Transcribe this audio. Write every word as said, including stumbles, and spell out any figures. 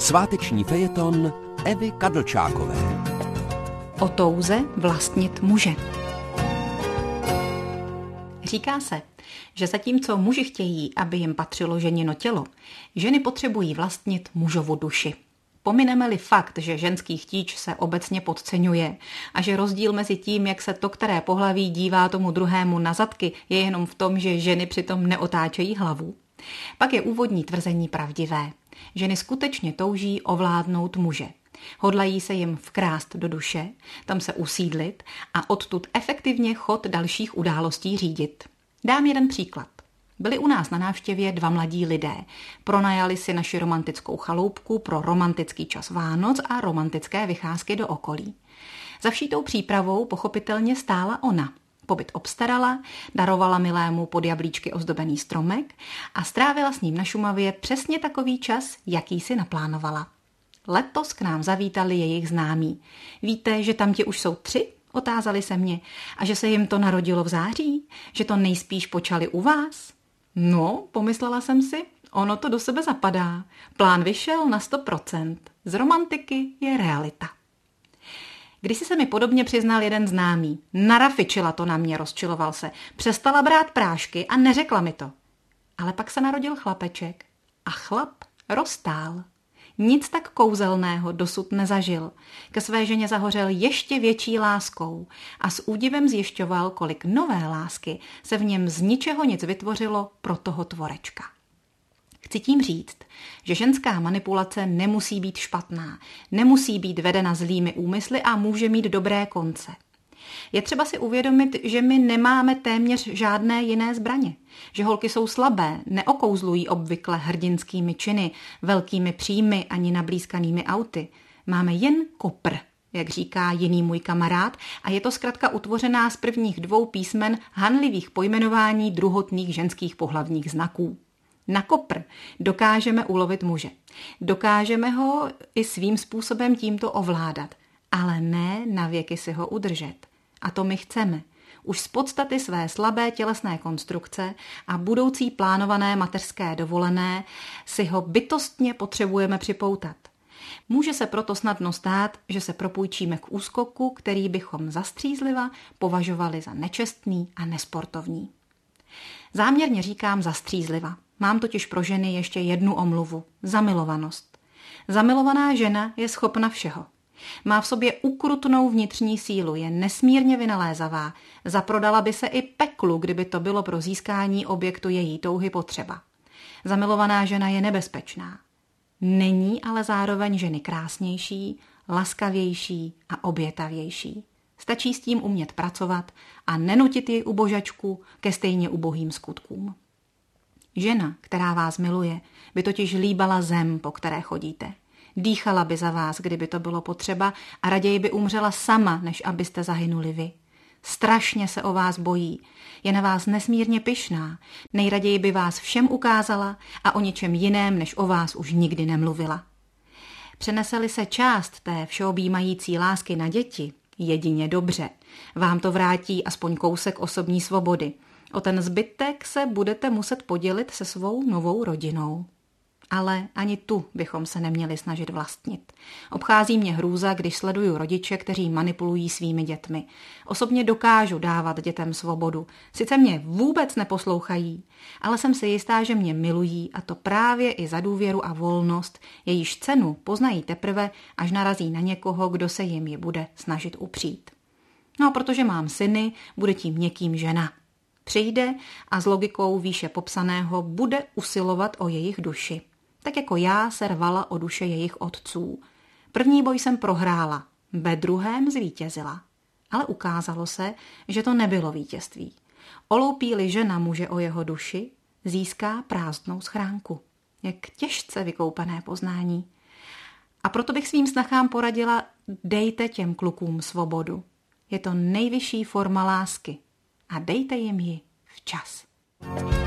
Sváteční fejeton Evy Kadlčákové. O touze vlastnit muže. Říká se, že zatímco muži chtějí, aby jim patřilo ženino tělo, ženy potřebují vlastnit mužovu duši. Pomineme-li fakt, že ženský chtíč se obecně podceňuje a že rozdíl mezi tím, jak se to které pohlaví dívá tomu druhému na zadky, je jenom v tom, že ženy přitom neotáčejí hlavu, pak je úvodní tvrzení pravdivé. Ženy skutečně touží ovládnout muže. Hodlají se jim vkrást do duše, tam se usídlit a odtud efektivně chod dalších událostí řídit. Dám jeden příklad. Byli u nás na návštěvě dva mladí lidé. Pronajali si naši romantickou chaloupku pro romantický čas Vánoc a romantické vycházky do okolí. Za vší tou přípravou pochopitelně stála ona. Pobyt obstarala, darovala milému pod jablíčky ozdobený stromek a strávila s ním na Šumavě přesně takový čas, jaký si naplánovala. Letos k nám zavítali jejich známí. Víte, že tamti už jsou tři? Otázali se mě. A že se jim to narodilo v září? Že to nejspíš počali u vás? No, pomyslela jsem si, ono to do sebe zapadá. Plán vyšel na sto procent. Z romantiky je realita. Když si se mi podobně přiznal jeden známý, narafičila to na mě, rozčiloval se, přestala brát prášky a neřekla mi to. Ale pak se narodil chlapeček a chlap roztál. Nic tak kouzelného dosud nezažil. Ke své ženě zahořel ještě větší láskou a s údivem zjišťoval, kolik nové lásky se v něm z ničeho nic vytvořilo pro toho tvorečka. Chci tím říct, že ženská manipulace nemusí být špatná, nemusí být vedena zlými úmysly a může mít dobré konce. Je třeba si uvědomit, že my nemáme téměř žádné jiné zbraně, že holky jsou slabé, neokouzlují obvykle hrdinskými činy, velkými příjmy ani nablízkanými auty. Máme jen kopr, jak říká jiný můj kamarád, a je to zkratka utvořená z prvních dvou písmen hanlivých pojmenování druhotných ženských pohlavních znaků. Na kopr dokážeme ulovit muže. Dokážeme ho i svým způsobem tímto ovládat, ale ne na věky si ho udržet. A to my chceme. Už z podstaty své slabé tělesné konstrukce a budoucí plánované mateřské dovolené si ho bytostně potřebujeme připoutat. Může se proto snadno stát, že se propůjčíme k úskoku, který bychom zastřízliva považovali za nečestný a nesportovní. Záměrně říkám zastřízliva. Mám totiž pro ženy ještě jednu omluvu. Zamilovanost. Zamilovaná žena je schopna všeho. Má v sobě ukrutnou vnitřní sílu, je nesmírně vynalézavá. Zaprodala by se i peklu, kdyby to bylo pro získání objektu její touhy potřeba. Zamilovaná žena je nebezpečná. Není ale zároveň ženy krásnější, laskavější a obětavější. Stačí s tím umět pracovat a nenutit jej ubožačku ke stejně ubohým skutkům. Žena, která vás miluje, by totiž líbala zem, po které chodíte. Dýchala by za vás, kdyby to bylo potřeba, a raději by umřela sama, než abyste zahynuli vy. Strašně se o vás bojí, je na vás nesmírně pyšná, nejraději by vás všem ukázala a o ničem jiném, než o vás už nikdy nemluvila. Přeneseli se část té všeobjímající lásky na děti, jedině dobře, vám to vrátí aspoň kousek osobní svobody. O ten zbytek se budete muset podělit se svou novou rodinou. Ale ani tu bychom se neměli snažit vlastnit. Obchází mě hrůza, když sleduju rodiče, kteří manipulují svými dětmi. Osobně dokážu dávat dětem svobodu. Sice mě vůbec neposlouchají, ale jsem si jistá, že mě milují, a to právě i za důvěru a volnost, jejíž cenu poznají teprve, až narazí na někoho, kdo se jim ji bude snažit upřít. No a protože mám syny, bude tím někým žena. Přijde a s logikou výše popsaného bude usilovat o jejich duši. Tak jako já se rvala o duše jejich otců. První boj jsem prohrála, ve druhém zvítězila. Ale ukázalo se, že to nebylo vítězství. Oloupí-li žena muže o jeho duši, získá prázdnou schránku. Jak těžce vykoupené poznání. A proto bych svým snachám poradila, dejte těm klukům svobodu. Je to nejvyšší forma lásky. A dejte jim ji včas.